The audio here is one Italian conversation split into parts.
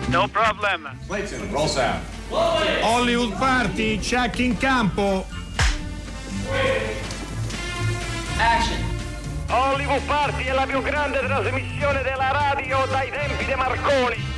No problem. Clayton, roll sound. Hollywood Party, check in campo. Action. Hollywood Party è la più grande trasmissione della radio dai tempi di Marconi.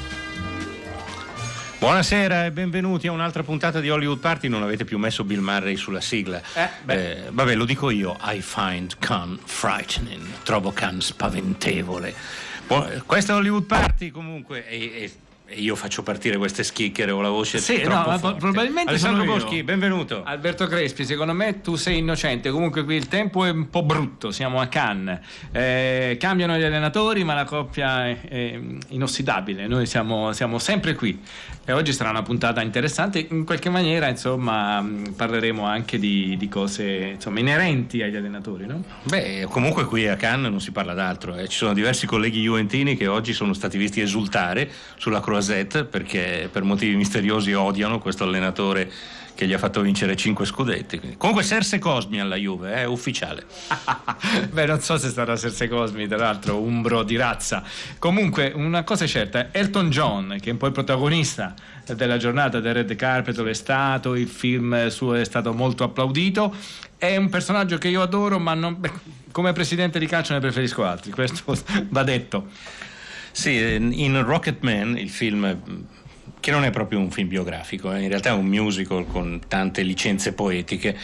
Buonasera e benvenuti a un'altra puntata di Hollywood Party. Non avete più messo Bill Murray sulla sigla. Vabbè, lo dico io. I find Khan frightening. Trovo Khan spaventevole. Questa è Hollywood Party comunque e io faccio partire queste schicchiere o la voce troppo forte. Probabilmente Alessandro sono Boschi, io. Benvenuto. Alberto Crespi, secondo me tu sei innocente. Comunque qui il tempo è un po' brutto, siamo a Cannes, cambiano gli allenatori ma la coppia è inossidabile. Noi siamo sempre qui e oggi sarà una puntata interessante. In qualche maniera insomma parleremo anche di cose insomma inerenti agli allenatori, no? Beh, comunque qui a Cannes non si parla d'altro. Ci sono diversi colleghi juventini che oggi sono stati visti esultare sulla Croisette perché per motivi misteriosi odiano questo allenatore che gli ha fatto vincere 5 scudetti. Quindi. Comunque Serse Cosmi alla Juve, è ufficiale. Beh, non so se sarà Serse Cosmi, tra l'altro umbro di razza. Comunque una cosa è certa, Elton John, che è un po' il protagonista della giornata del Red Carpet, lo è stato, il film suo è stato molto applaudito, è un personaggio che io adoro, ma come presidente di calcio ne preferisco altri, questo va detto. Sì, in Rocketman, il film che non è proprio un film biografico, in realtà è un musical con tante licenze poetiche,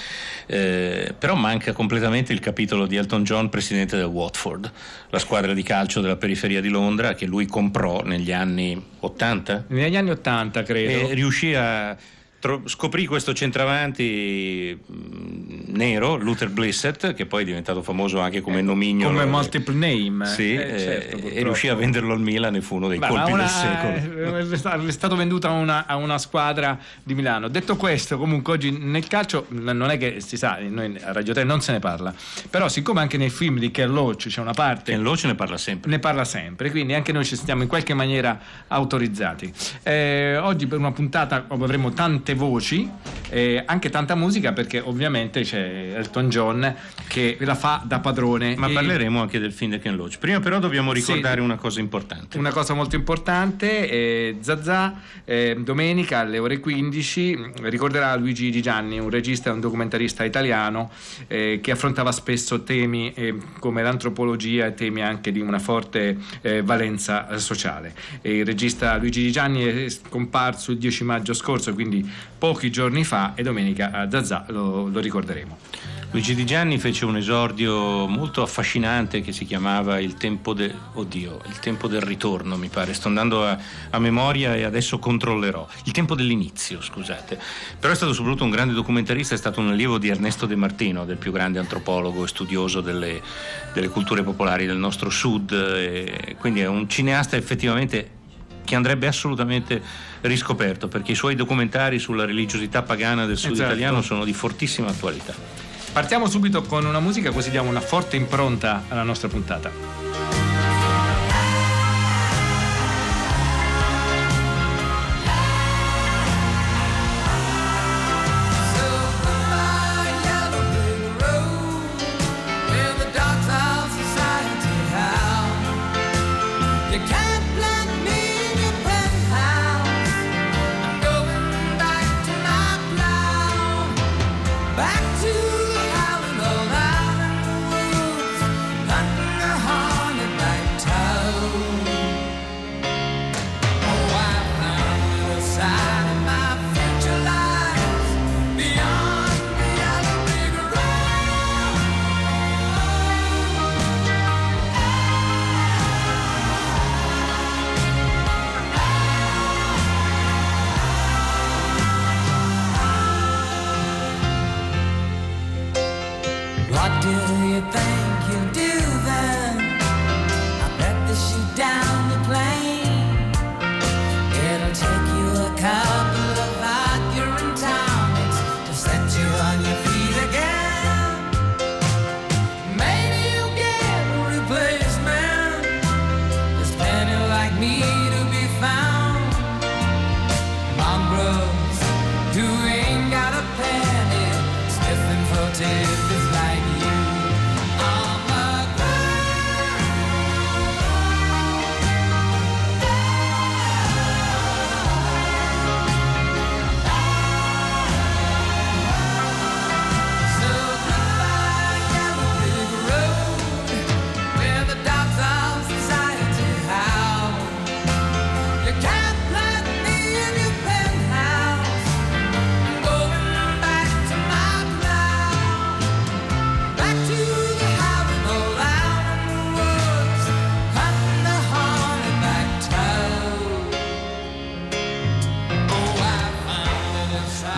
però manca completamente il capitolo di Elton John, presidente del Watford, la squadra di calcio della periferia di Londra che lui comprò negli anni 80? Negli anni 80 credo. E riuscì a scoprì questo centravanti nero, Luther Blissett, che poi è diventato famoso anche come nomignolo, come multiple name, sì, certo, e riuscì a venderlo al Milan e fu uno dei colpi del secolo. È stato venduto a una squadra di Milano. Detto questo, comunque oggi nel calcio non è che si sa, noi a Radio 3 non se ne parla, però siccome anche nei film di Ken Loach c'è una parte, Ken Loach ne parla sempre, quindi anche noi ci stiamo in qualche maniera autorizzati. Oggi per una puntata avremo tante voci, anche tanta musica, perché ovviamente c'è Elton John che la fa da padrone. Ma parleremo anche del film di Ken Loach. Prima però dobbiamo ricordare una cosa importante. Una cosa molto importante, Zazà domenica alle ore 15 ricorderà Luigi Di Gianni, un regista e un documentarista italiano che affrontava spesso temi come l'antropologia e temi anche di una forte valenza sociale. Il regista Luigi Di Gianni è scomparso il 10 maggio scorso, quindi pochi giorni fa, e domenica a Zazà lo ricorderemo. Luigi Di Gianni fece un esordio molto affascinante che si chiamava Il tempo del ritorno, mi pare, sto andando a memoria e adesso controllerò. Il tempo dell'inizio, scusate. Però è stato soprattutto un grande documentarista, è stato un allievo di Ernesto De Martino, del più grande antropologo e studioso delle culture popolari del nostro sud, e quindi è un cineasta effettivamente che andrebbe assolutamente riscoperto, perché i suoi documentari sulla religiosità pagana del sud italiano sono di fortissima attualità. Partiamo subito con una musica, così diamo una forte impronta alla nostra puntata. Back to the Howling Old Island woods, hunting the heart.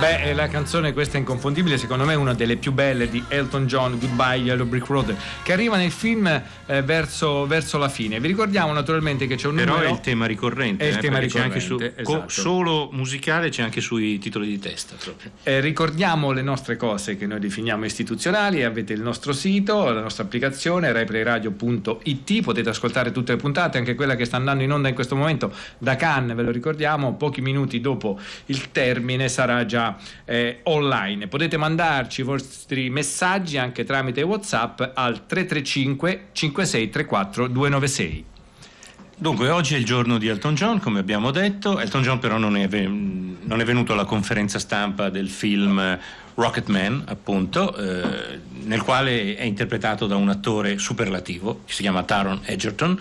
Beh, la canzone questa è inconfondibile, secondo me è una delle più belle di Elton John, Goodbye Yellow Brick Road, che arriva nel film verso la fine. Vi ricordiamo naturalmente che c'è un numero... Però è il tema ricorrente. È il tema ricorrente, c'è anche esatto. Solo musicale, c'è anche sui titoli di testa proprio. Ricordiamo le nostre cose che noi definiamo istituzionali. Avete il nostro sito, la nostra applicazione raiplayradio.it, potete ascoltare tutte le puntate, anche quella che sta andando in onda in questo momento da Cannes, ve lo ricordiamo, pochi minuti dopo il termine sarà già online. Potete mandarci i vostri messaggi anche tramite WhatsApp al 335 5634 296. Dunque, oggi è il giorno di Elton John, come abbiamo detto. Elton John però non è venuto alla conferenza stampa del film Rocketman, appunto, nel quale è interpretato da un attore superlativo che si chiama Taron Egerton,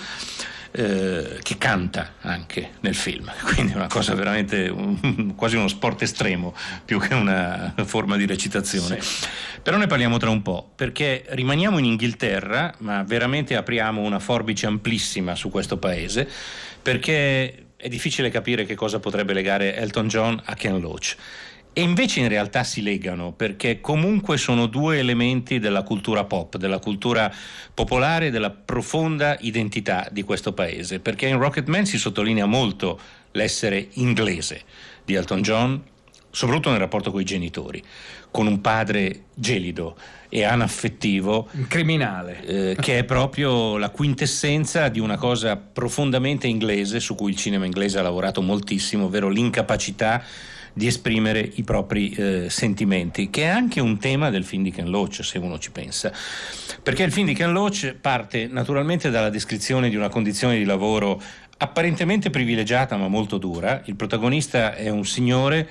che canta anche nel film, quindi è una cosa veramente quasi uno sport estremo più che una forma di recitazione. Sì. Però ne parliamo tra un po', perché rimaniamo in Inghilterra, ma veramente apriamo una forbice amplissima su questo paese, perché è difficile capire che cosa potrebbe legare Elton John a Ken Loach. E invece in realtà si legano, perché comunque sono due elementi della cultura pop, della cultura popolare, della profonda identità di questo paese, perché in Rocketman si sottolinea molto l'essere inglese di Elton John, soprattutto nel rapporto con i genitori, con un padre gelido e anaffettivo, un criminale, che è proprio la quintessenza di una cosa profondamente inglese, su cui il cinema inglese ha lavorato moltissimo, ovvero l'incapacità di esprimere i propri sentimenti, che è anche un tema del film di Ken Loach, se uno ci pensa, perché il film di Ken Loach parte naturalmente dalla descrizione di una condizione di lavoro apparentemente privilegiata ma molto dura. Il protagonista è un signore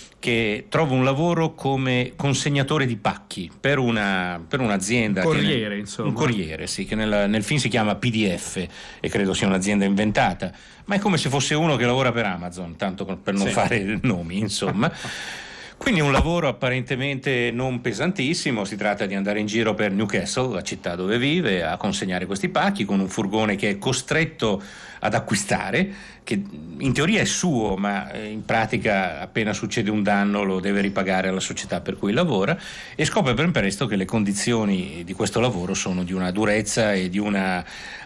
che trova un lavoro come consegnatore di pacchi per un'azienda, corriere, insomma. Un corriere, sì, che nel film si chiama PDF e credo sia un'azienda inventata, ma è come se fosse uno che lavora per Amazon, tanto per non fare nomi, insomma. Quindi un lavoro apparentemente non pesantissimo, si tratta di andare in giro per Newcastle, la città dove vive, a consegnare questi pacchi con un furgone che è costretto ad acquistare, che in teoria è suo, ma in pratica appena succede un danno lo deve ripagare alla società per cui lavora, e scopre ben presto che le condizioni di questo lavoro sono di una durezza e di una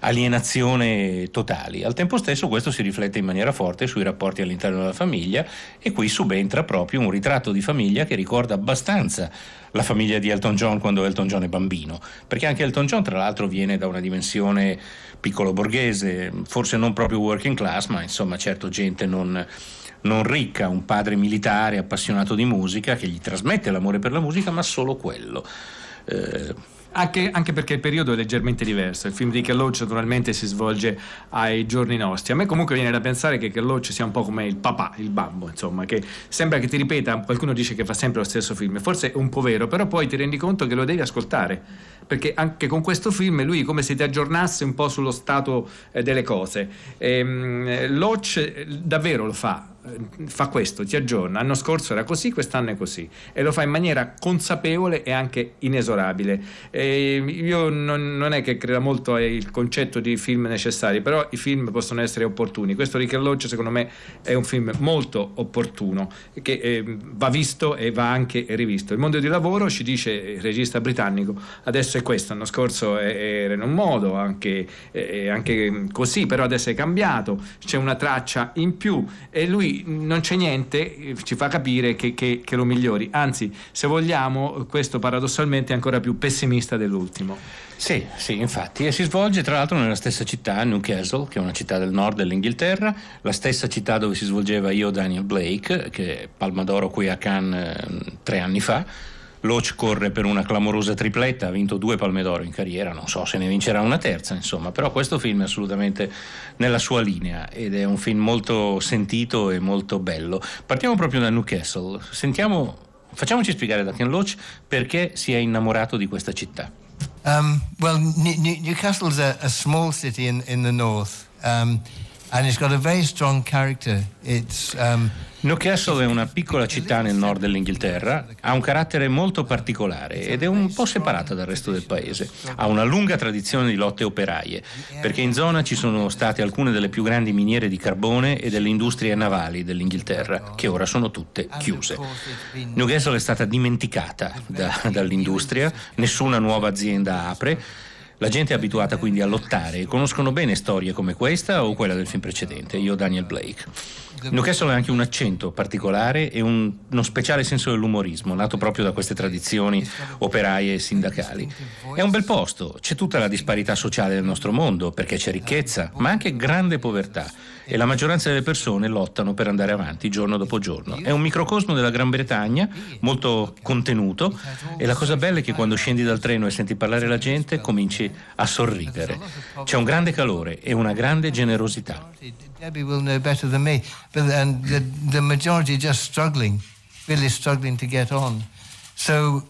alienazione totali. Al tempo stesso questo si riflette in maniera forte sui rapporti all'interno della famiglia, e qui subentra proprio un ritratto di famiglia che ricorda abbastanza la famiglia di Elton John quando Elton John è bambino, perché anche Elton John tra l'altro viene da una dimensione piccolo borghese, forse non proprio working class, ma insomma certo gente non ricca, un padre militare appassionato di musica che gli trasmette l'amore per la musica, ma solo quello. Anche perché il periodo è leggermente diverso. Il film di Ken Loach naturalmente si svolge ai giorni nostri. A me comunque viene da pensare che Ken Loach sia un po' come il papà, il babbo, insomma, che sembra che ti ripeta. Qualcuno dice che fa sempre lo stesso film, forse è un po' vero, però poi ti rendi conto che lo devi ascoltare, perché anche con questo film lui come se ti aggiornasse un po' sullo stato delle cose. Loach davvero lo fa questo, ti aggiorna. L'anno scorso era così, quest'anno è così, e lo fa in maniera consapevole e anche inesorabile. Io non è che creda molto al concetto di film necessari, però i film possono essere opportuni. Questo di Ken Loach secondo me è un film molto opportuno, che va visto e va anche rivisto. Il mondo di lavoro, ci dice il regista britannico, adesso è questo. L'anno scorso era in un modo, anche così, però adesso è cambiato, c'è una traccia in più, e lui non c'è niente, ci fa capire che lo migliori, anzi, se vogliamo, questo paradossalmente è ancora più pessimista dell'ultimo. Sì, infatti, e si svolge tra l'altro nella stessa città, Newcastle, che è una città del nord dell'Inghilterra, la stessa città dove si svolgeva Io, Daniel Blake, che è Palma d'Oro qui a Cannes 3 anni fa. Loach corre per una clamorosa tripletta, ha vinto 2 Palme d'Oro in carriera, non so se ne vincerà una terza, insomma, però questo film è assolutamente nella sua linea ed è un film molto sentito e molto bello. Partiamo proprio da Newcastle, facciamoci spiegare da Ken Loach perché si è innamorato di questa città. Well, Newcastle's a small city in the north. And it's got a very strong character. It's Newcastle è una piccola città nel nord dell'Inghilterra, ha un carattere molto particolare ed è un po' separata dal resto del paese. Ha una lunga tradizione di lotte operaie, perché in zona ci sono state alcune delle più grandi miniere di carbone e delle industrie navali dell'Inghilterra, che ora sono tutte chiuse. Newcastle è stata dimenticata dall'industria, nessuna nuova azienda apre. La gente è abituata quindi a lottare e conoscono bene storie come questa o quella del film precedente, Io Daniel Blake. Newcastle ha anche un accento particolare e uno speciale senso dell'umorismo, nato proprio da queste tradizioni operaie e sindacali. È un bel posto, c'è tutta la disparità sociale del nostro mondo, perché c'è ricchezza, ma anche grande povertà, e la maggioranza delle persone lottano per andare avanti giorno dopo giorno. È un microcosmo della Gran Bretagna, molto contenuto, e la cosa bella è che quando scendi dal treno e senti parlare la gente cominci a sorridere. C'è un grande calore e una grande generosità. Debbie will know better than me, but the majority just struggling, really struggling to get on. So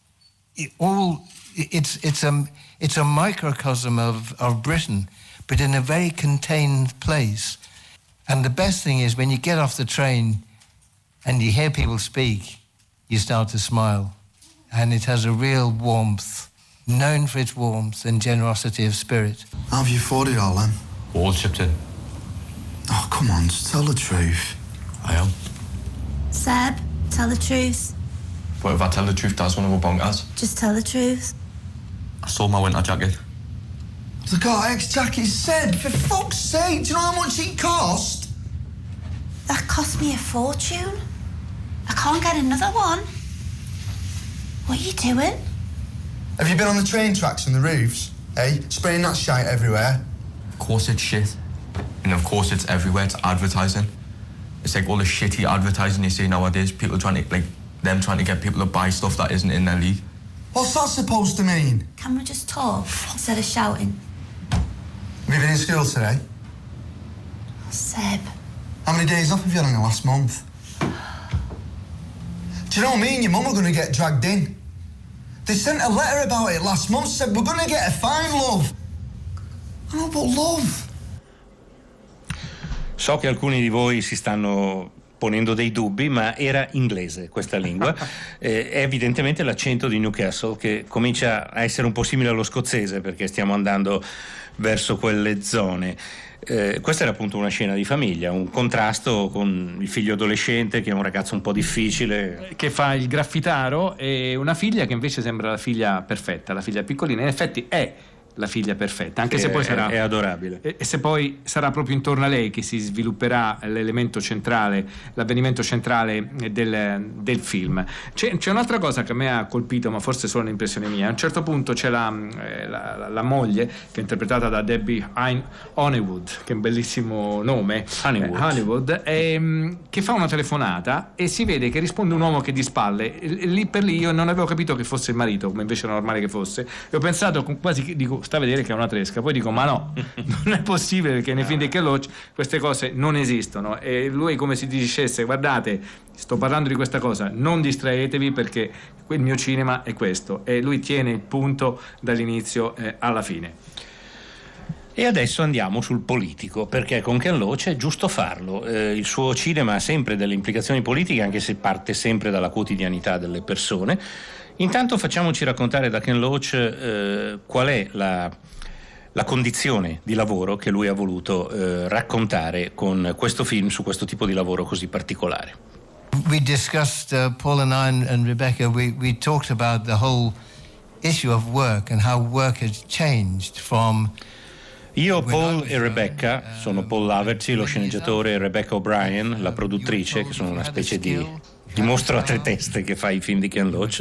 it's a microcosm of Britain, but in a very contained place. And the best thing is when you get off the train and you hear people speak, you start to smile, and it has a real warmth, known for its warmth and generosity of spirit. How have you fought it all, then? All chipped in. Oh, come on, just tell the truth. I am. Seb, tell the truth. What if I tell the truth, Dad's one of our bonkers? Just tell the truth. I stole my winter jacket. The Gore-Tex jacket said, for fuck's sake, do you know how much it cost? That cost me a fortune. I can't get another one. What are you doing? Have you been on the train tracks and the roofs? Eh? Spraying that shite everywhere? Of course it's shit. And of course it's everywhere, it's advertising. It's like all the shitty advertising you see nowadays, people trying to get people to buy stuff that isn't in their league. What's that supposed to mean? Can we just talk instead of shouting? Have you been in school today? Seb. How many days off have you had in the last month? Do you know me and your mum are going to get dragged in? They sent a letter about it last month, said we're going to get a fine, love. I know, but love. So che alcuni di voi si stanno ponendo dei dubbi, ma era inglese questa lingua. È evidentemente l'accento di Newcastle che comincia a essere un po' simile allo scozzese, perché stiamo andando verso quelle zone. Questa era appunto una scena di famiglia, un contrasto con il figlio adolescente che è un ragazzo un po' difficile, che fa il graffitaro, e una figlia che invece sembra la figlia perfetta, la figlia piccolina. In effetti è la figlia perfetta, anche se poi sarà è adorabile, e se poi sarà proprio intorno a lei che si svilupperà l'elemento centrale, l'avvenimento centrale del film. C'è un'altra cosa che a me ha colpito, ma forse solo un'impressione mia. A un certo punto c'è la moglie, che è interpretata da Debbie Honeywood, che è un bellissimo nome, Honeywood, che fa una telefonata e si vede che risponde un uomo che di spalle, e lì per lì io non avevo capito che fosse il marito, come invece era normale che fosse, e ho pensato quasi, dico, sta a vedere che è una tresca, poi dico ma no, non è possibile, perché nei film di Ken Loach queste cose non esistono, e lui come si dicesse guardate, sto parlando di questa cosa, non distraetevi perché il mio cinema è questo, e lui tiene il punto dall'inizio alla fine. E adesso andiamo sul politico, perché con Ken Loach è giusto farlo. Il suo cinema ha sempre delle implicazioni politiche, anche se parte sempre dalla quotidianità delle persone. Intanto facciamoci raccontare da Ken Loach qual è la condizione di lavoro che lui ha voluto raccontare con questo film, su questo tipo di lavoro così particolare. We discussed, Paul and I and Rebecca, we talked about the whole issue of work and how work has changed from... Io, Paul e Rebecca, sono Paul Laverty, lo sceneggiatore, e Rebecca O'Brien, la produttrice, che sono una specie di mostro a tre teste che fa i film di Ken Loach.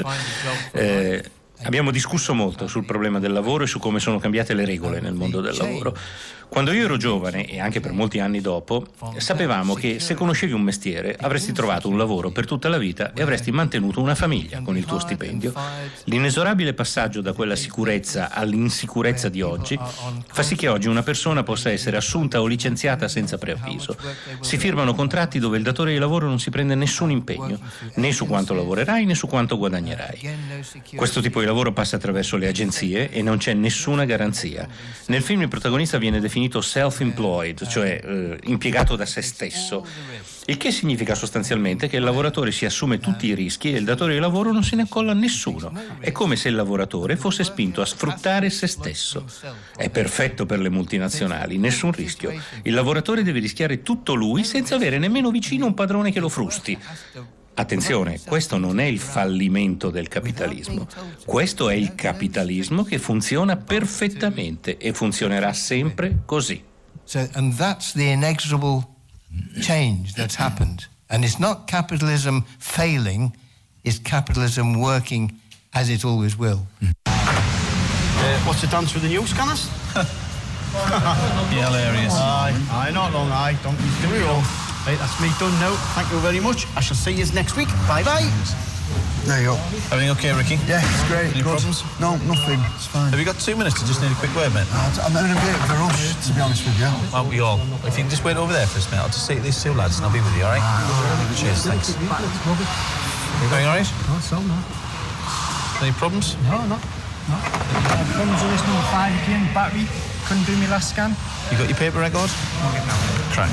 Abbiamo discusso molto sul problema del lavoro e su come sono cambiate le regole nel mondo del lavoro. Quando io ero giovane, e anche per molti anni dopo, sapevamo che se conoscevi un mestiere avresti trovato un lavoro per tutta la vita e avresti mantenuto una famiglia con il tuo stipendio. L'inesorabile passaggio da quella sicurezza all'insicurezza di oggi fa sì che oggi una persona possa essere assunta o licenziata senza preavviso. Si firmano contratti dove il datore di lavoro non si prende nessun impegno, né su quanto lavorerai né su quanto guadagnerai. Questo tipo di lavoro passa attraverso le agenzie e non c'è nessuna garanzia. Nel film il protagonista viene definito definito self-employed, cioè impiegato da se stesso, il che significa sostanzialmente che il lavoratore si assume tutti i rischi e il datore di lavoro non se ne accolla nessuno. È come se il lavoratore fosse spinto a sfruttare se stesso. È perfetto per le multinazionali, nessun rischio. Il lavoratore deve rischiare tutto lui senza avere nemmeno vicino un padrone che lo frusti. Attenzione, questo non è il fallimento del capitalismo, questo è il capitalismo che funziona perfettamente e funzionerà sempre così. And that's the inexorable change that's happened. And it's not capitalism failing, it's capitalism working as it always will. What's the dance with the new scanners? Hilarious. Aye, not long, aye. Don't do it all. Right, that's me done now. Thank you very much. I shall see you next week. Bye-bye. There you go. Everything okay, Ricky? Yeah, it's great. Any problems? No, nothing. It's fine. Have you got 2 minutes to just need a quick word, mate? I'm in a bit of a rush, to be honest with you. Aren't we all? If you can just wait over there for a minute, I'll just say to these two lads and I'll be with you, all right? Cheers, thanks. You going all right? No, so no. Any problems? No. Problems with this number 5 again, battery. Couldn't do my last scan. You got your paper record? Crack.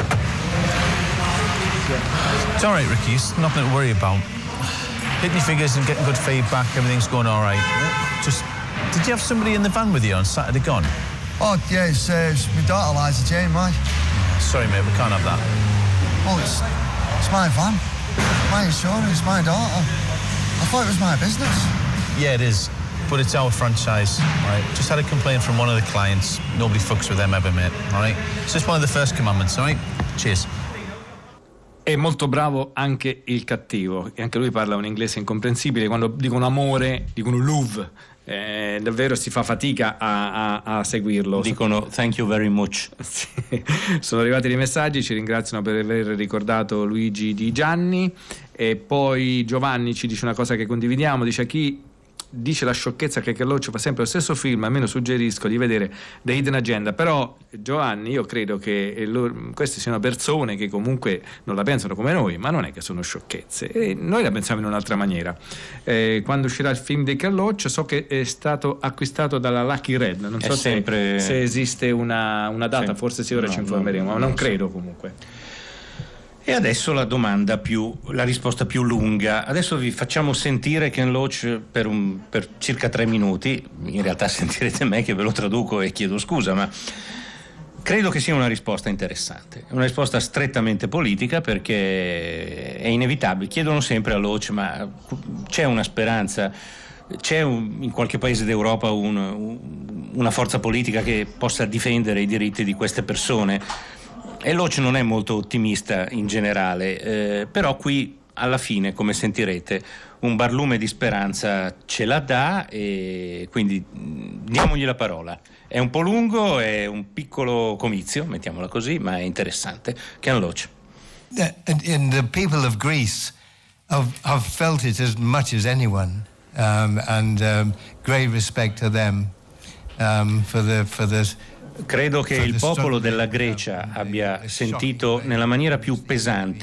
It's all right, Ricky. It's nothing to worry about. Hitting your figures and getting good feedback, everything's going all right. Just, did you have somebody in the van with you on Saturday gone? Oh, yeah, it's my daughter, Liza Jane, mate. Sorry, mate, we can't have that. Well, it's my van, my insurance, my daughter. I thought it was my business. Yeah, it is. But it's our franchise, all right? Just had a complaint from one of the clients. Nobody fucks with them ever, mate, all right? It's just one of the first commandments, all right? Cheers. È molto bravo anche il cattivo, e anche lui parla un inglese incomprensibile. Quando dicono amore, dicono love. Davvero si fa fatica a seguirlo. Dicono thank you very much. Sì. Sono arrivati dei messaggi, ci ringraziano per aver ricordato Luigi Di Gianni, e poi Giovanni ci dice una cosa che condividiamo, dice: a chi dice la sciocchezza che Loach fa sempre lo stesso film, almeno suggerisco di vedere The Hidden Agenda. Però Giovanni, io credo che queste siano persone che comunque non la pensano come noi, ma non è che sono sciocchezze, e noi la pensiamo in un'altra maniera. Quando uscirà il film di Loach, so che è stato acquistato dalla Lucky Red, non so se esiste una data, forse sì, ora ci informeremo, ma non credo comunque. E adesso la risposta più lunga. Adesso vi facciamo sentire Ken Loach per circa 3 minuti. In realtà sentirete me che ve lo traduco e chiedo scusa, ma credo che sia una risposta interessante. Una risposta strettamente politica, perché è inevitabile. Chiedono sempre a Loach: ma c'è una speranza? C'è in qualche paese d'Europa una forza politica che possa difendere i diritti di queste persone? E Loach non è molto ottimista in generale, però qui alla fine, come sentirete, un barlume di speranza ce la dà, e quindi diamogli la parola. È un po' lungo, è un piccolo comizio, mettiamola così, ma è interessante. Ken Loach. And the people of Greece have felt it as much as anyone, and great respect to them for the Credo che il popolo della Grecia abbia sentito nella maniera più pesante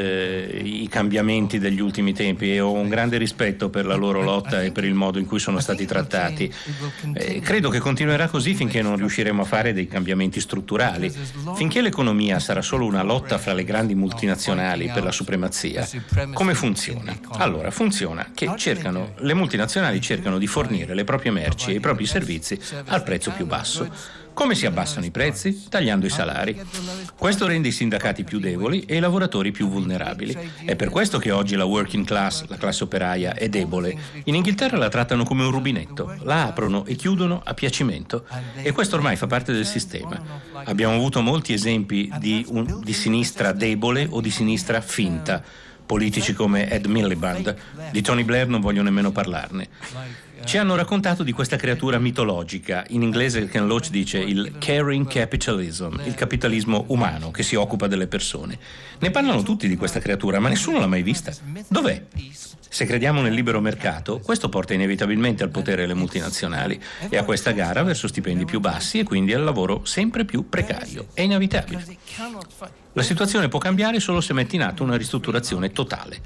i cambiamenti degli ultimi tempi, e ho un grande rispetto per la loro lotta e per il modo in cui sono stati trattati. Credo che continuerà così finché non riusciremo a fare dei cambiamenti strutturali. Finché l'economia sarà solo una lotta fra le grandi multinazionali per la supremazia, come funziona? Allora, funziona che le multinazionali cercano di fornire le proprie merci e i propri servizi al prezzo più basso. Come si abbassano i prezzi? Tagliando i salari. Questo rende i sindacati più deboli e i lavoratori più vulnerabili. È per questo che oggi la working class, la classe operaia, è debole. In Inghilterra la trattano come un rubinetto, la aprono e chiudono a piacimento, e questo ormai fa parte del sistema. Abbiamo avuto molti esempi di sinistra debole o di sinistra finta. Politici come Ed Miliband, di Tony Blair non voglio nemmeno parlarne. Ci hanno raccontato di questa creatura mitologica. In inglese Ken Loach dice il caring capitalism, il capitalismo umano che si occupa delle persone. Ne parlano tutti di questa creatura, ma nessuno l'ha mai vista. Dov'è? Se crediamo nel libero mercato, questo porta inevitabilmente al potere le multinazionali e a questa gara verso stipendi più bassi e quindi al lavoro sempre più precario. È inevitabile. La situazione può cambiare solo se mette in atto una ristrutturazione totale.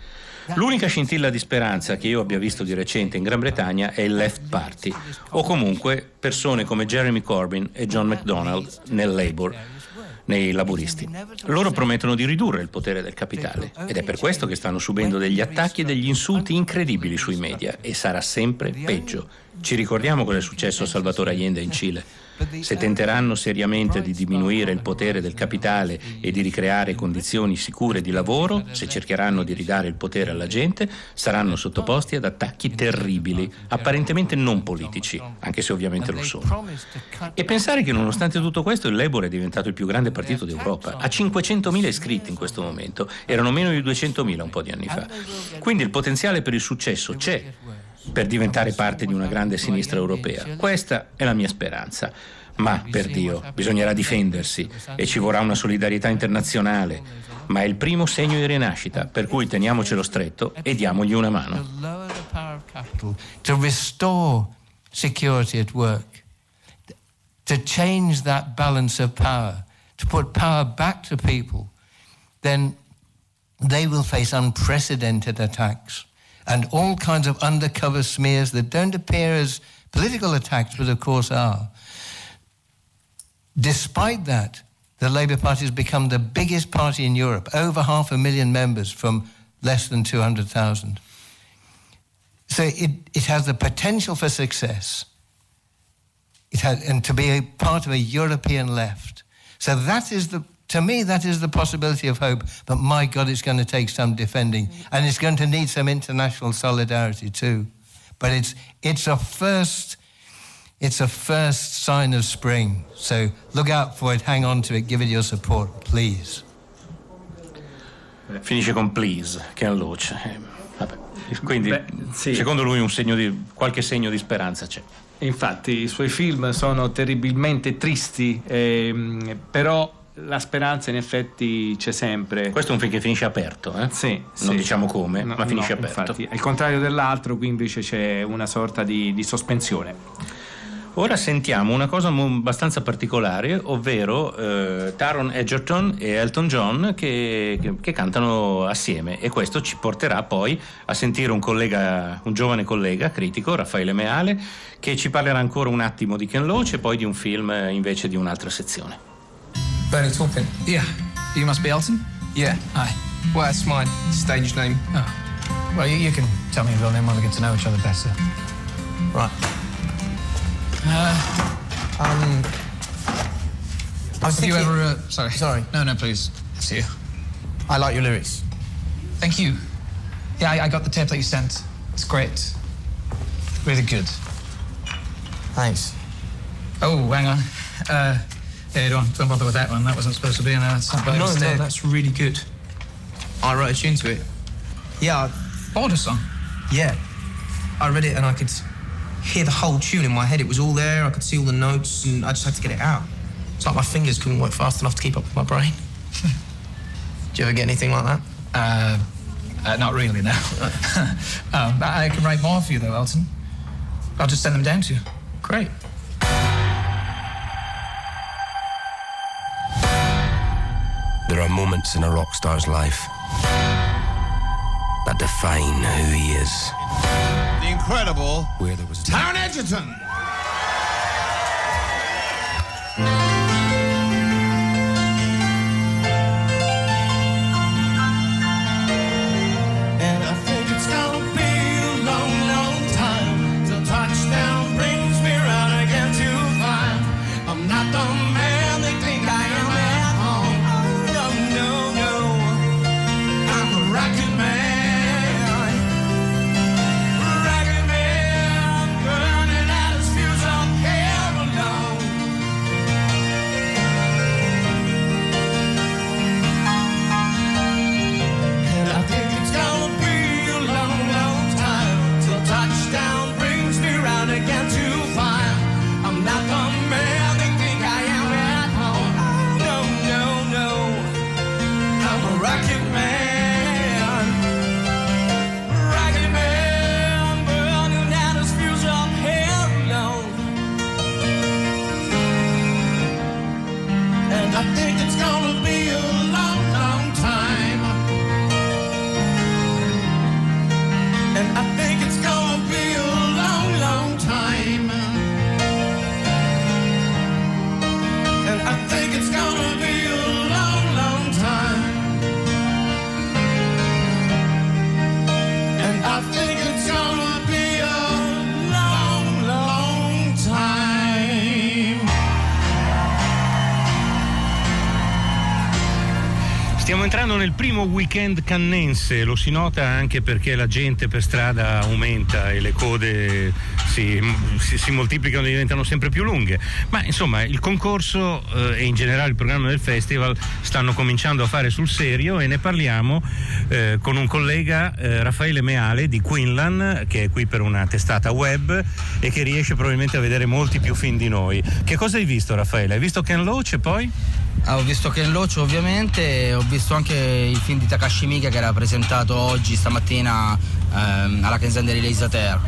L'unica scintilla di speranza che io abbia visto di recente in Gran Bretagna è il Left Party, o comunque persone come Jeremy Corbyn e John McDonnell nel Labour, nei laburisti. Loro promettono di ridurre il potere del capitale ed è per questo che stanno subendo degli attacchi e degli insulti incredibili sui media, e sarà sempre peggio. Ci ricordiamo cosa è successo a Salvatore Allende in Cile. Se tenteranno seriamente di diminuire il potere del capitale e di ricreare condizioni sicure di lavoro, se cercheranno di ridare il potere alla gente, saranno sottoposti ad attacchi terribili, apparentemente non politici, anche se ovviamente lo sono. E pensare che nonostante tutto questo il Labour è diventato il più grande partito d'Europa, ha 500.000 iscritti in questo momento, erano meno di 200.000 un po' di anni fa. Quindi il potenziale per il successo c'è, per diventare parte di una grande sinistra europea. Questa è la mia speranza. Ma, per Dio, bisognerà difendersi e ci vorrà una solidarietà internazionale. Ma è il primo segno di rinascita, per cui teniamocelo stretto e diamogli una mano. To restore security at work, to change that balance of power, to put power back to people, then they will face unprecedented attacks and all kinds of undercover smears that don't appear as political attacks, but of course are. Despite that, the Labour Party has become the biggest party in Europe, over 500,000 members from less than 200,000. So it has the potential for success. And to be a part of a European left. So that is to me, that is the possibility of hope. But my God, it's going to take some defending. And it's going to need some international solidarity too. But it's a first sign of spring. So look out for it, hang on to it, give it your support, please. Finisce con please, Ken Loach. Vabbè. Quindi, sì, secondo lui qualche segno di speranza c'è. Infatti i suoi film sono terribilmente tristi, però la speranza in effetti c'è sempre. Questo è un film che finisce aperto, Sì, non diciamo come, ma finisce aperto. Infatti, al contrario dell'altro, qui invece c'è una sorta di sospensione. Ora sentiamo una cosa abbastanza particolare, ovvero Taron Egerton e Elton John che cantano assieme, e questo ci porterà poi a sentire un giovane collega critico, Raffaele Meale, che ci parlerà ancora un attimo di Ken Loach e poi di un film invece di un'altra sezione. Bernie Taupin. Yeah. You must be Elton? Yeah. Hi. Well, that's my stage name. Oh. Well, you can tell me your real name when we get to know each other better. Right. Have you ever... Sorry. No, please. See you. I like your lyrics. Thank you. Yeah, I got the tape that you sent. It's great. Really good. Thanks. Oh, hang on. Yeah, don't bother with that one. That wasn't supposed to be in there. No, that's really good. I wrote a tune to it. Yeah. Border song? Yeah. I read it and I could hear the whole tune in my head. It was all there. I could see all the notes and I just had to get it out. It's like my fingers couldn't work fast enough to keep up with my brain. Did you ever get anything like that? Not really, no. I can write more for you, though, Elton. I'll just send them down to you. Great. There are moments in a rock star's life that define who he is. The incredible Where there was Taron Egerton. And I think it's gonna be a long, long time till touchdown brings me round again to find I'm not the man they think I am at home. Oh, no, no, no. I'm a rocket man. Rocket man, burning out his entrando nel primo weekend cannense, lo si nota anche perché la gente per strada aumenta e le code si moltiplicano e diventano sempre più lunghe, ma insomma il concorso e in generale il programma del festival stanno cominciando a fare sul serio, e ne parliamo con un collega, Raffaele Meale di Quinlan, che è qui per una testata web e che riesce probabilmente a vedere molti più film di noi. Che cosa hai visto, Raffaele? Hai visto Ken Loach e poi? Ho visto Ken Loach ovviamente, ho visto anche il film di Takashi Miike che era presentato stamattina alla Kenzenderi Legislateur.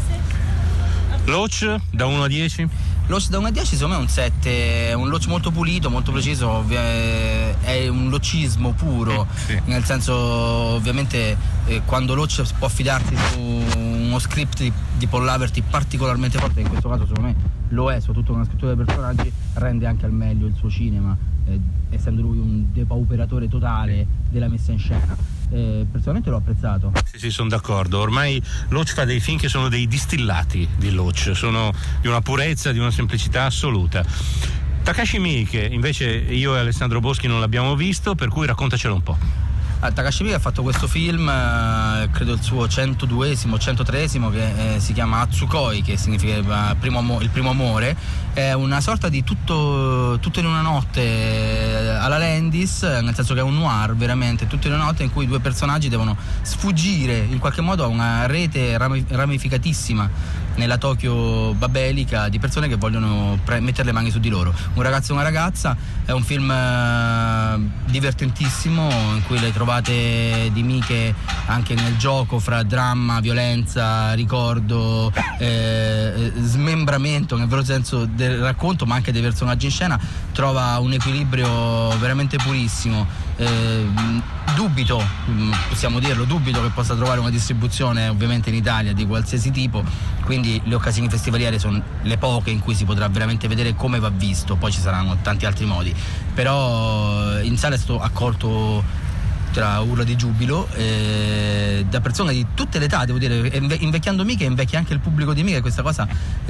Loach da 1 a 10? Loach da 1 a 10 secondo me è un 7, è un Loach molto pulito, molto preciso, è un locismo puro, sì. Nel senso ovviamente quando Loach può affidarsi su uno script di Paul Laverty particolarmente forte, in questo caso secondo me lo è, soprattutto con la scrittura dei personaggi, rende anche al meglio il suo cinema, essendo lui un depauperatore totale della messa in scena. Personalmente l'ho apprezzato. Sì, sono d'accordo. Ormai Loach fa dei film che sono dei distillati di Loach, sono di una purezza, di una semplicità assoluta. Takashi Miike invece io e Alessandro Boschi non l'abbiamo visto, per cui raccontacelo un po'. Takashi Miike ha fatto questo film, credo il suo 102esimo, 103esimo, che si chiama Atsukoi, che significa il primo amore. È una sorta di tutto in una notte alla Landis, nel senso che è un noir veramente, tutto in una notte in cui due personaggi devono sfuggire in qualche modo a una rete ramificatissima nella Tokyo babelica di persone che vogliono mettere le mani su di loro. Un ragazzo e una ragazza, è un film divertentissimo in cui le trovate di Miike anche nel gioco fra dramma, violenza, ricordo, smembramento nel vero senso del racconto, ma anche dei personaggi in scena. Trova un equilibrio veramente purissimo. Dubito, possiamo dirlo, dubito che possa trovare una distribuzione ovviamente in Italia di qualsiasi tipo, quindi le occasioni festivaliere sono le poche in cui si potrà veramente vedere come va visto, poi ci saranno tanti altri modi, però in sala è stato accolto tra urla di giubilo da persone di tutte le età, devo dire, invecchiando Miike invecchia anche il pubblico di Miike, questa cosa,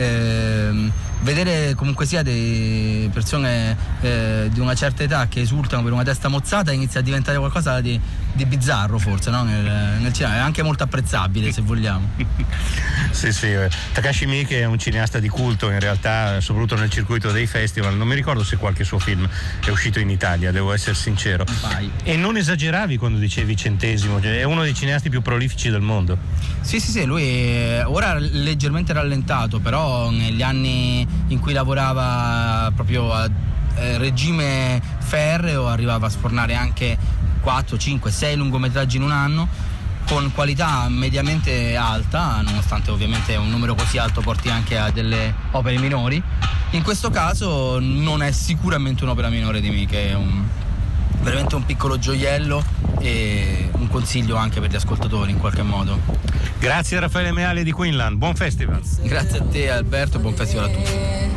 vedere comunque sia delle persone di una certa età che esultano per una testa mozzata inizia a diventare qualcosa di bizzarro forse, no? nel cinema è anche molto apprezzabile, se vogliamo. Sì, Takashi Miike è un cineasta di culto in realtà, soprattutto nel circuito dei festival. Non mi ricordo se qualche suo film è uscito in Italia, devo essere sincero. Vai. E non esageravi quando dicevi 100esimo, cioè è uno dei cineasti più prolifici del mondo. Sì, lui ora leggermente rallentato, però negli anni in cui lavorava proprio a regime ferreo arrivava a sfornare anche 4, 5, 6 lungometraggi in un anno con qualità mediamente alta, nonostante ovviamente un numero così alto porti anche a delle opere minori. In questo caso non è sicuramente un'opera minore di Miike, è veramente un piccolo gioiello e un consiglio anche per gli ascoltatori in qualche modo. Grazie a Raffaele Meale di Quinlan, buon festival. Grazie a te Alberto, buon festival a tutti.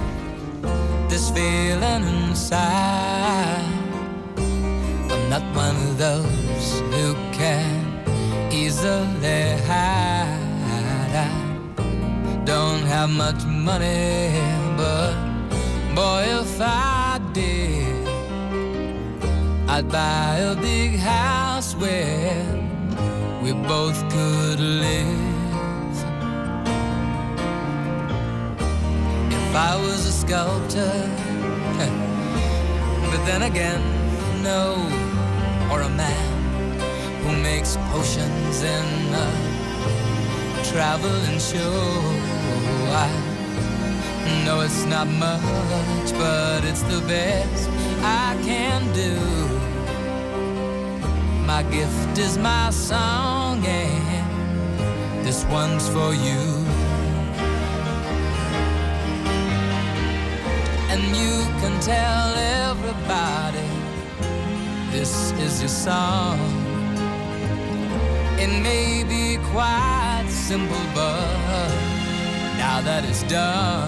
This feeling inside, I'm not one of those who can easily hide. I don't have much money, but boy, if I did, I'd buy a big house where we both could live. If I was a sculptor, but then again, no, or a man who makes potions in a traveling show. I know it's not much, but it's the best I can do. My gift is my song, and this one's for you. And you can tell everybody this is your song. It may be quite simple, but now that it's done,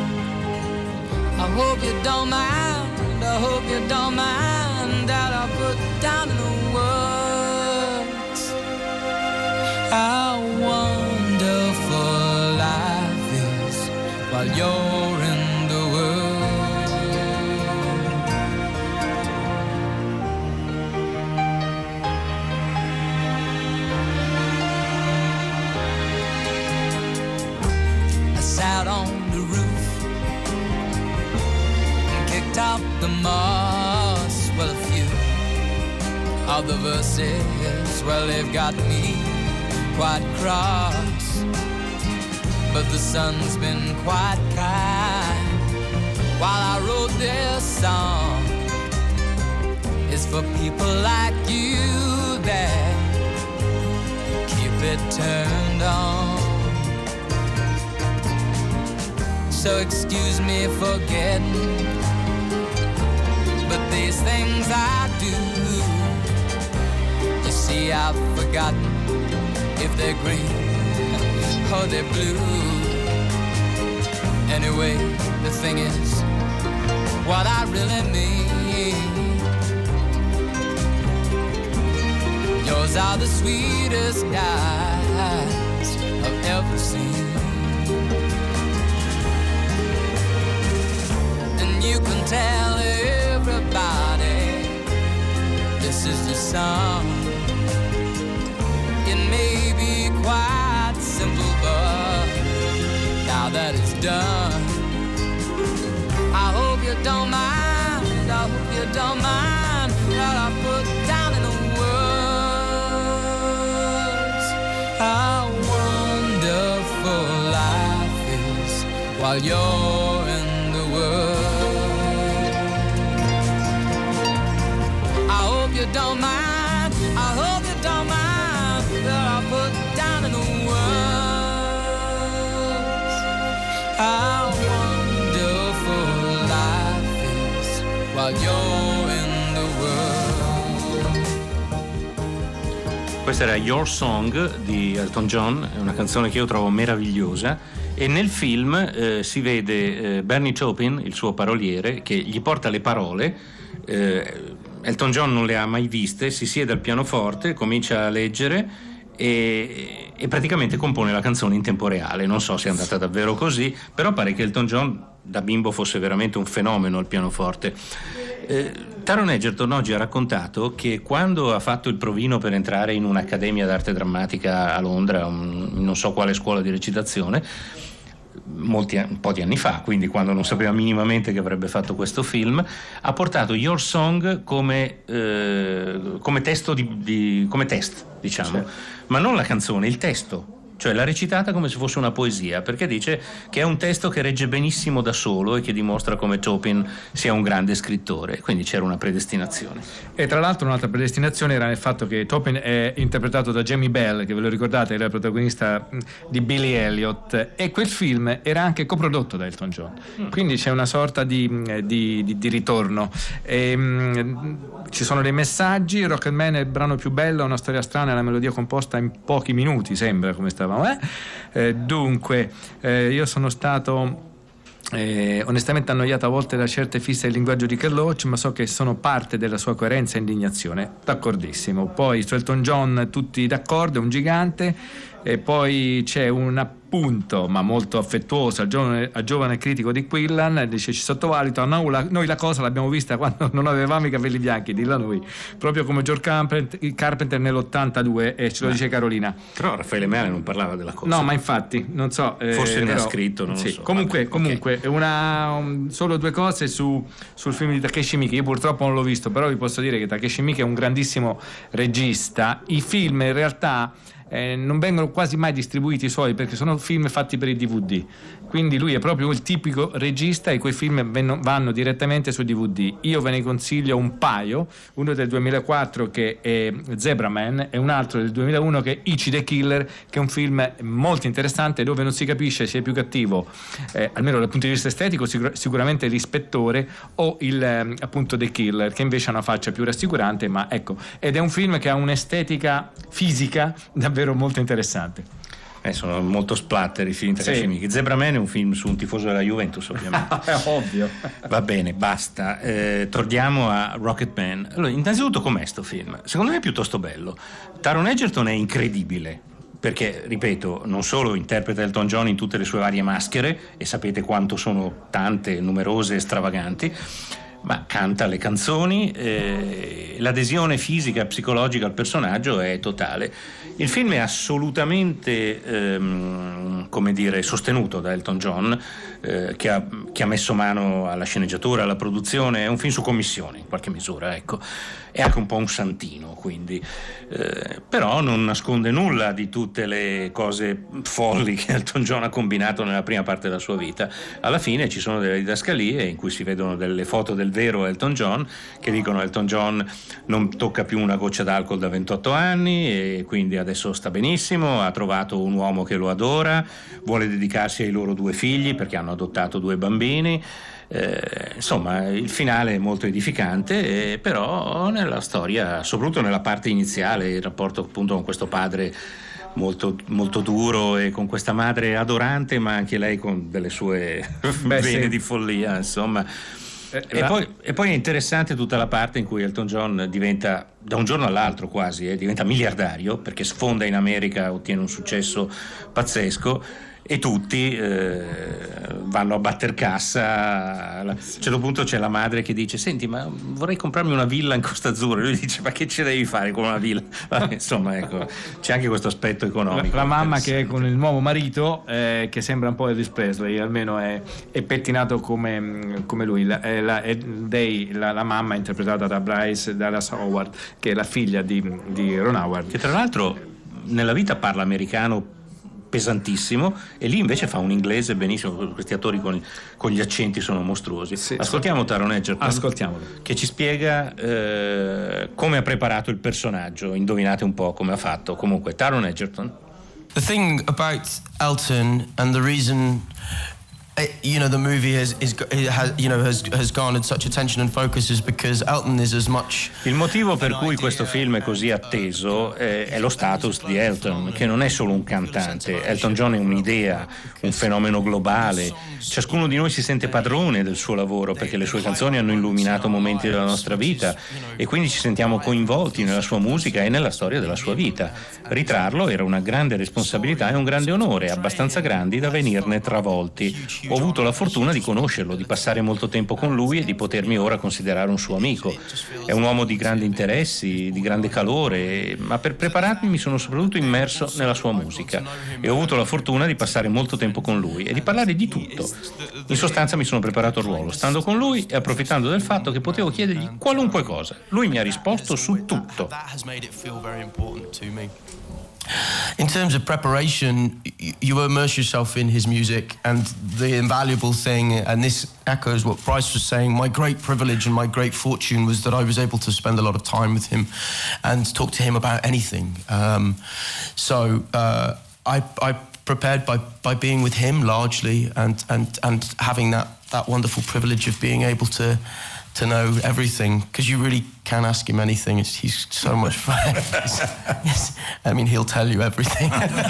I hope you don't mind, I hope you don't mind that I put down in the words how wonderful life is while you're in the world. of the verses, well, they've got me quite cross, but the sun's been quite kind while I wrote this song. It's for people like you that keep it turned on. So excuse me for getting, but these things I do, you see, I've forgotten if they're green or they're blue. Anyway, the thing is, what I really mean, yours are the sweetest eyes I've ever seen. And you can tell everybody this is the song. It may be quite simple, but now that it's done, I hope you don't mind, I hope you don't mind that I put down in the words how wonderful life is while you're in the world. I hope you don't mind, I hope you don't mind that I put down in the words how wonderful life is while you're in the world. Questa era Your Song di Elton John, è una canzone che io trovo meravigliosa, e nel film si vede Bernie Taupin, il suo paroliere, che gli porta le parole. Elton John non le ha mai viste, si siede al pianoforte, comincia a leggere e praticamente compone la canzone in tempo reale. Non so se è andata davvero così, però pare che Elton John da bimbo fosse veramente un fenomeno al pianoforte. Taron Egerton oggi ha raccontato che quando ha fatto il provino per entrare in un'accademia d'arte drammatica a Londra, non so quale scuola di recitazione, un po' di anni fa, quindi quando non sapeva minimamente che avrebbe fatto questo film, ha portato Your Song come testo come test, diciamo, sì. Ma non la canzone, il testo. Cioè l'ha recitata come se fosse una poesia, perché dice che è un testo che regge benissimo da solo e che dimostra come Taupin sia un grande scrittore, quindi c'era una predestinazione. E tra l'altro un'altra predestinazione era nel fatto che Taupin è interpretato da Jamie Bell, che ve lo ricordate, era il protagonista di Billy Elliot, e quel film era anche coprodotto da Elton John, quindi c'è una sorta di ritorno. Ci sono dei messaggi. Rocketman è il brano più bello, una storia strana e la melodia composta in pochi minuti, sembra, come stavamo. Dunque, io sono stato onestamente annoiato a volte da certe fisse del linguaggio di Ken Loach, ma so che sono parte della sua coerenza e indignazione. D'accordissimo. Poi su Elton John tutti d'accordo, è un gigante. E poi c'è un appunto, ma molto affettuoso, al giovane critico di Quillan, dice: ci sottovaluta, noi la cosa l'abbiamo vista quando non avevamo i capelli bianchi, dilla noi, proprio come George Carpenter nell'82, e ce lo dice Carolina. Però Raffaele Meale non parlava della cosa. No, ma infatti, non so. Forse ne ha scritto, non lo so. Comunque, solo due cose sul film di Takeshi Miike. Io purtroppo non l'ho visto, però vi posso dire che Takeshi Miike è un grandissimo regista. I film in realtà non vengono quasi mai distribuiti i suoi, perché sono film fatti per i DVD, quindi lui è proprio il tipico regista e quei film vanno direttamente su DVD. Io ve ne consiglio un paio, uno del 2004 che è Zebraman e un altro del 2001 che è Ichi the Killer, che è un film molto interessante dove non si capisce se è più cattivo, almeno dal punto di vista estetico, sicuramente l'ispettore o appunto The Killer, che invece ha una faccia più rassicurante, ma ecco, ed è un film che ha un'estetica fisica davvero molto interessante. Sono molto splatter i film di Takeshi Miike. Zebraman è un film su un tifoso della Juventus, ovviamente. È ovvio. Va bene, basta. Torniamo a Rocketman. Allora, innanzitutto com'è sto film? Secondo me è piuttosto bello. Taron Egerton è incredibile, perché, ripeto, non solo interpreta Elton John in tutte le sue varie maschere, e sapete quanto sono tante, numerose e stravaganti, ma canta le canzoni, l'adesione fisica e psicologica al personaggio è totale. Il film è assolutamente sostenuto da Elton John, che ha messo mano alla sceneggiatura, alla produzione. È un film su commissione in qualche misura, ecco. è anche un po' un santino, quindi però non nasconde nulla di tutte le cose folli che Elton John ha combinato nella prima parte della sua vita. Alla fine ci sono delle didascalie in cui si vedono delle foto del vero Elton John che dicono Elton John non tocca più una goccia d'alcol da 28 anni e quindi adesso sta benissimo, ha trovato un uomo che lo adora, vuole dedicarsi ai loro 2 figli perché hanno adottato 2 bambini. Insomma, il finale è molto edificante, però nella storia, soprattutto nella parte iniziale, il rapporto appunto con questo padre molto, molto duro e con questa madre adorante, ma anche lei con delle sue vene di follia, insomma. E poi è interessante tutta la parte in cui Elton John diventa, da un giorno all'altro quasi, diventa miliardario perché sfonda in America, ottiene un successo pazzesco e tutti vanno a batter cassa. A un certo punto c'è la madre che dice senti ma vorrei comprarmi una villa in Costa Azzurra, e lui dice ma che ce devi fare con una villa? Vabbè, insomma, ecco, c'è anche questo aspetto economico. La mamma che è con il nuovo marito che sembra un po' Elvis Presley, almeno è pettinato come lui. La mamma è interpretata da Bryce Dallas Howard, che è la figlia di Ron Howard, che tra l'altro nella vita parla americano pesantissimo e lì invece fa un inglese benissimo. Questi attori con gli accenti sono mostruosi. Ascoltiamo Taron Egerton, ascoltiamolo, che ci spiega come ha preparato il personaggio. Indovinate un po' come ha fatto. Comunque Taron Egerton. The thing about Elton and the reason the movie has garnered such attention and focus is because Elton is as much. Il motivo per cui questo film è così atteso è lo status di Elton, che non è solo un cantante. Elton John è un'idea, un fenomeno globale. Ciascuno di noi si sente padrone del suo lavoro perché le sue canzoni hanno illuminato momenti della nostra vita e quindi ci sentiamo coinvolti nella sua musica e nella storia della sua vita. Ritrarlo era una grande responsabilità e un grande onore, abbastanza grandi da venirne travolti. Ho avuto la fortuna di conoscerlo, di passare molto tempo con lui e di potermi ora considerare un suo amico. È un uomo di grandi interessi, di grande calore, ma per prepararmi mi sono soprattutto immerso nella sua musica e ho avuto la fortuna di passare molto tempo con lui e di parlare di tutto. In sostanza mi sono preparato il ruolo, stando con lui e approfittando del fatto che potevo chiedergli qualunque cosa. Lui mi ha risposto su tutto. In terms of preparation, you immerse yourself in his music, and the invaluable thing, and this echoes what Bryce was saying, my great privilege and my great fortune was that I was able to spend a lot of time with him and talk to him about anything. I prepared by being with him largely and having that wonderful privilege of being able to know everything, because you really can ask him anything. He's so much fun. Yes, I mean, he'll tell you everything.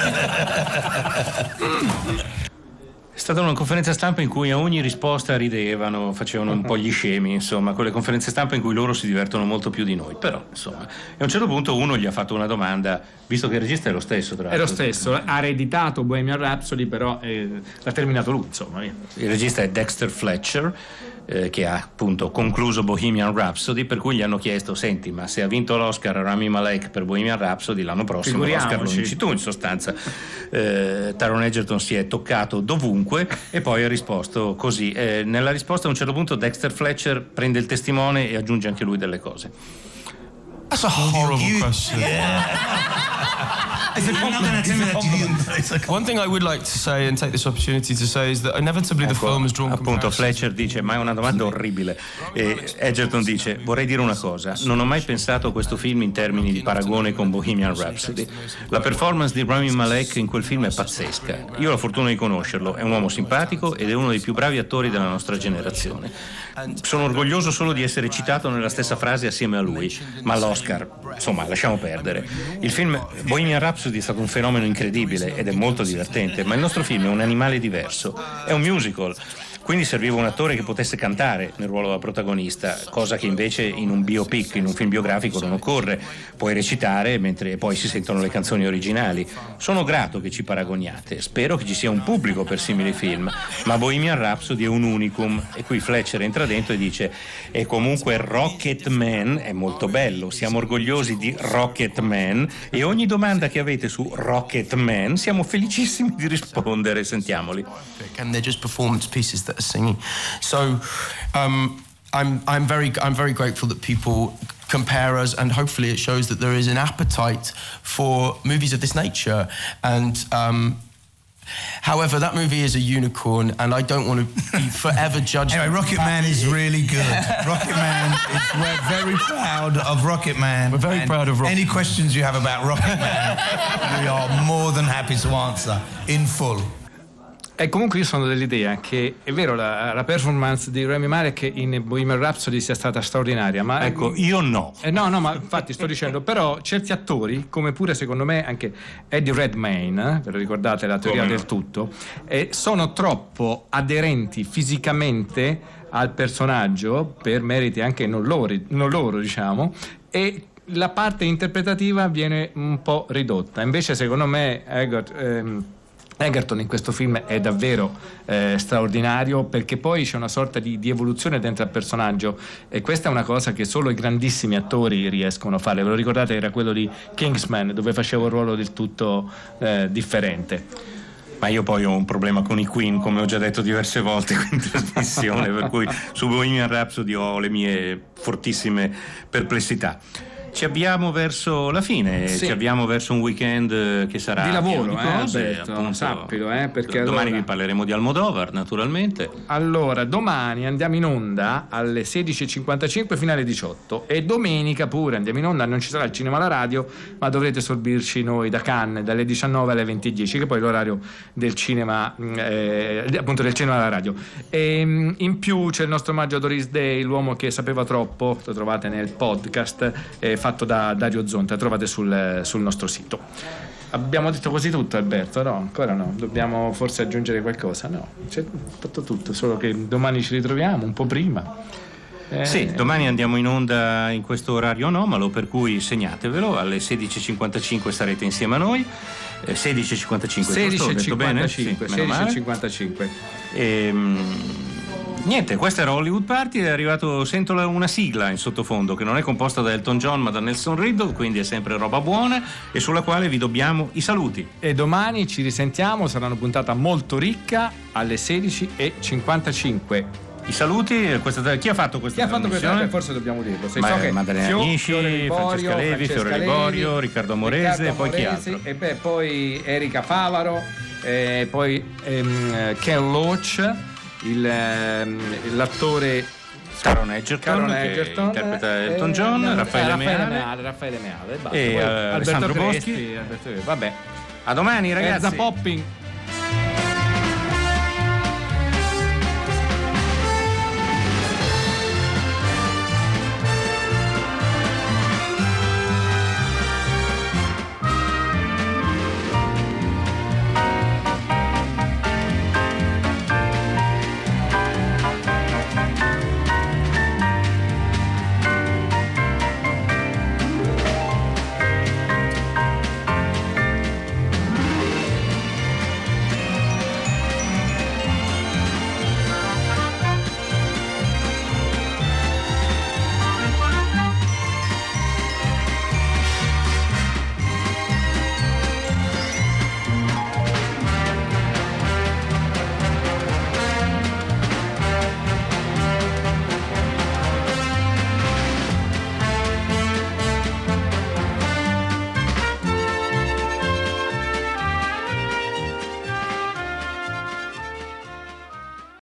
È stata una conferenza stampa in cui a ogni risposta ridevano, facevano un po' gli scemi, insomma, quelle conferenze stampa in cui loro si divertono molto più di noi. Però, insomma, e a un certo punto uno gli ha fatto una domanda, visto che il regista è lo stesso, tra l'altro. È lo stesso, ha ereditato Bohemian Rhapsody, però l'ha terminato lui, insomma. Il regista è Dexter Fletcher, che ha appunto concluso Bohemian Rhapsody, per cui gli hanno chiesto senti, ma se ha vinto l'Oscar Rami Malek per Bohemian Rhapsody, l'anno prossimo l'Oscar lo vinci tu, in sostanza. Taron Egerton si è toccato dovunque e poi ha risposto così. Nella risposta a un certo punto Dexter Fletcher prende il testimone e aggiunge anche lui delle cose. That's a horrible question. One thing I would like to say and take this opportunity to say is that inevitably the film has drawn appunto Fletcher dice ma è una domanda orribile e Egerton dice vorrei dire una cosa, non ho mai pensato a questo film in termini di paragone con Bohemian Rhapsody. La performance di Rami Malek in quel film è pazzesca, io ho la fortuna di conoscerlo, è un uomo simpatico ed è uno dei più bravi attori della nostra generazione. Sono orgoglioso solo di essere citato nella stessa frase assieme a lui, ma l'Oscar, insomma, lasciamo perdere. Il film Bohemian Rhapsody è stato un fenomeno incredibile ed è molto divertente, ma il nostro film è un animale diverso, è un musical. Quindi serviva un attore che potesse cantare nel ruolo da protagonista, cosa che invece in un biopic, in un film biografico non occorre. Puoi recitare mentre poi si sentono le canzoni originali. Sono grato che ci paragoniate, spero che ci sia un pubblico per simili film, ma Bohemian Rhapsody è un unicum. E qui Fletcher entra dentro e dice e comunque Rocket Man è molto bello, siamo orgogliosi di Rocket Man e ogni domanda che avete su Rocket Man siamo felicissimi di rispondere. Sentiamoli. And they're just performance pieces that are singing. So I'm very grateful that people compare us, and hopefully it shows that there is an appetite for movies of this nature. And however, that movie is a unicorn, and I don't want to be forever judged. Anyway, Rocket Man is really good. Rocket Man, we're very proud of Rocket Man. We're very proud of Rocket Man. Any questions you have about Rocket Man, we are more than happy to answer in full. E comunque io sono dell'idea che è vero la performance di Rami Malek in Bohemian Rhapsody sia stata straordinaria, ma ecco, io no. No, ma infatti sto dicendo, però certi attori, come pure secondo me anche Eddie Redmayne, ve lo ricordate, la teoria del tutto, sono troppo aderenti fisicamente al personaggio per meriti anche non loro, diciamo, e la parte interpretativa viene un po' ridotta. Invece secondo me Egerton in questo film è davvero straordinario, perché poi c'è una sorta di evoluzione dentro al personaggio, e questa è una cosa che solo i grandissimi attori riescono a fare. Ve lo ricordate? Era quello di Kingsman, dove faceva un ruolo del tutto differente. Ma io poi ho un problema con i Queen, come ho già detto diverse volte in trasmissione, per cui su Bohemian Rhapsody ho le mie fortissime perplessità. Ci abbiamo verso la fine, sì. Ci abbiamo verso un weekend che sarà di lavoro, pieno di cose, Alberto, appunto, sappilo, perché domani allora... vi parleremo di Almodovar, naturalmente. Allora, domani andiamo in onda alle 16:55 fino alle 18, e domenica pure andiamo in onda, non ci sarà il cinema alla radio, ma dovrete sorbirci noi da Cannes dalle 19 alle 20:10, che poi è l'orario del cinema, appunto del cinema alla radio. E in più c'è il nostro omaggio a Doris Day, l'uomo che sapeva troppo, lo trovate nel podcast fatto da Dario Zonta, trovate sul nostro sito. Abbiamo detto quasi tutto, Alberto? No, ancora no, dobbiamo forse aggiungere qualcosa? No, c'è fatto tutto, solo che domani ci ritroviamo un po' prima. Sì, domani andiamo in onda in questo orario anomalo, per cui segnatevelo, alle 16:55 sarete insieme a noi. 16:55, ho detto bene? Sì, 16:55. Niente, questa era Hollywood Party, è arrivato, sento una sigla in sottofondo che non è composta da Elton John ma da Nelson Riddle, quindi è sempre roba buona, e sulla quale vi dobbiamo i saluti. E domani ci risentiamo, sarà una puntata molto ricca alle 16:55. I saluti, chi ha fatto questa trasmissione? Forse dobbiamo dirlo. Maddalena Agnisci, Francesca Levi, Fiore Liborio, Riccardo Amorese, e poi chi altro? E poi Erika Favaro, poi Ken Loach, l'attore Caron Egerton che interpreta Elton John, Raffaele Meale e Alessandro Boschi. Vabbè, a domani ragazzi. Popping.